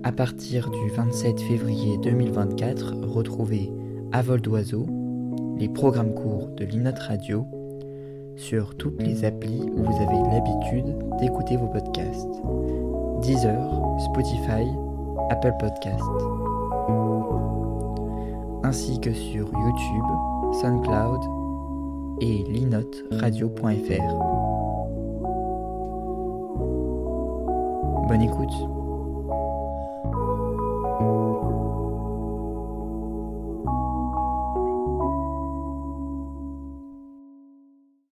À partir du 27 février 2024, retrouvez À vol d'oiseau, les programmes courts de Linotte Radio, sur toutes les applis où vous avez l'habitude d'écouter vos podcasts. Deezer, Spotify, Apple Podcasts. Ainsi que sur YouTube, SoundCloud et linoteradio.fr. Bonne écoute.